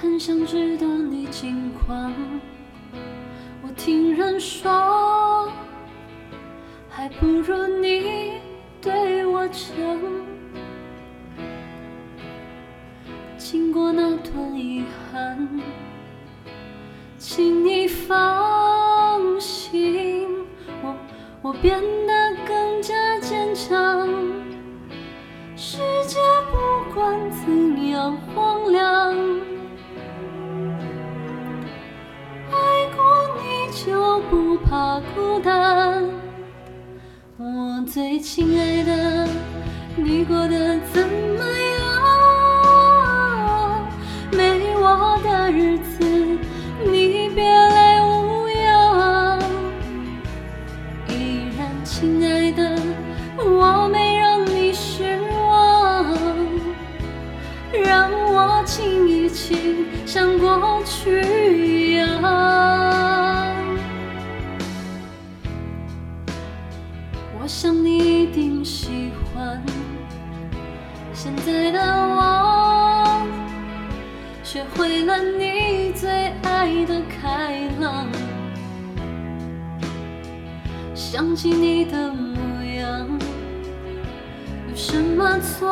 很想知道你近况。我听人说，还不如你对我讲。经过那段遗憾，请你放心，我变得更加坚强。世界不管怎样荒凉，爱过你就不怕孤单。我最亲爱的，你过得怎么样？没我的日子，你别来无恙。依然亲爱的，我没让你失望，让我亲一亲，像过去一样。我想你一定喜欢现在的我，学会了你最爱的开朗。想起你的模样，有什么错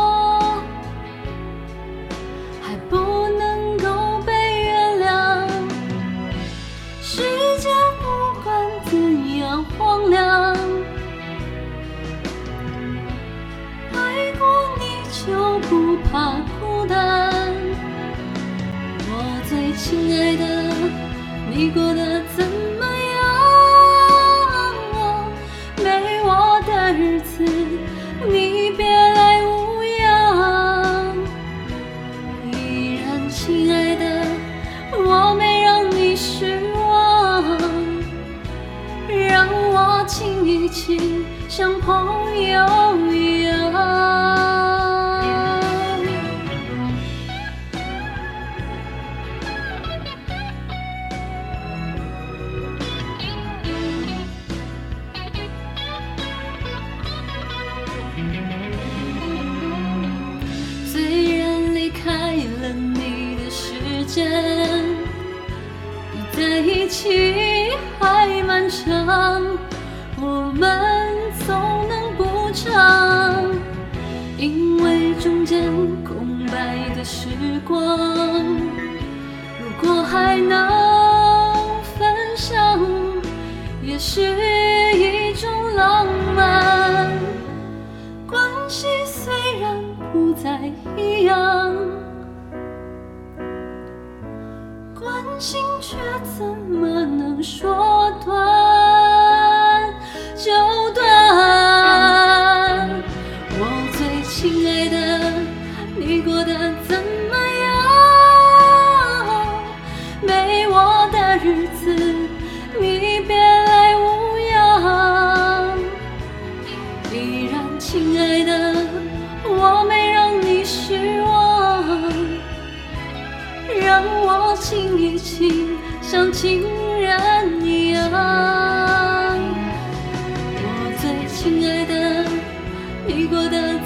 还不能够被原谅？世界不管怎样荒凉，爱过你就不怕孤单。我最亲爱的，你过得怎么样？没我的日子，你别来无恙。依然亲爱的，我没让你失望，让我亲一亲，像朋友一样。虽然离开了你的时间，比在一起还漫长，我们总能补偿，因为中间空白的时光，如果还能分享，也是一种浪漫。关系虽然不再一样，关心却怎么能说断就断？我最亲爱的，你过得怎么样？没我的日子，你别来无恙。依然亲爱的，我没让你失望，让我亲一亲，像情人一样。我最亲爱的，你过得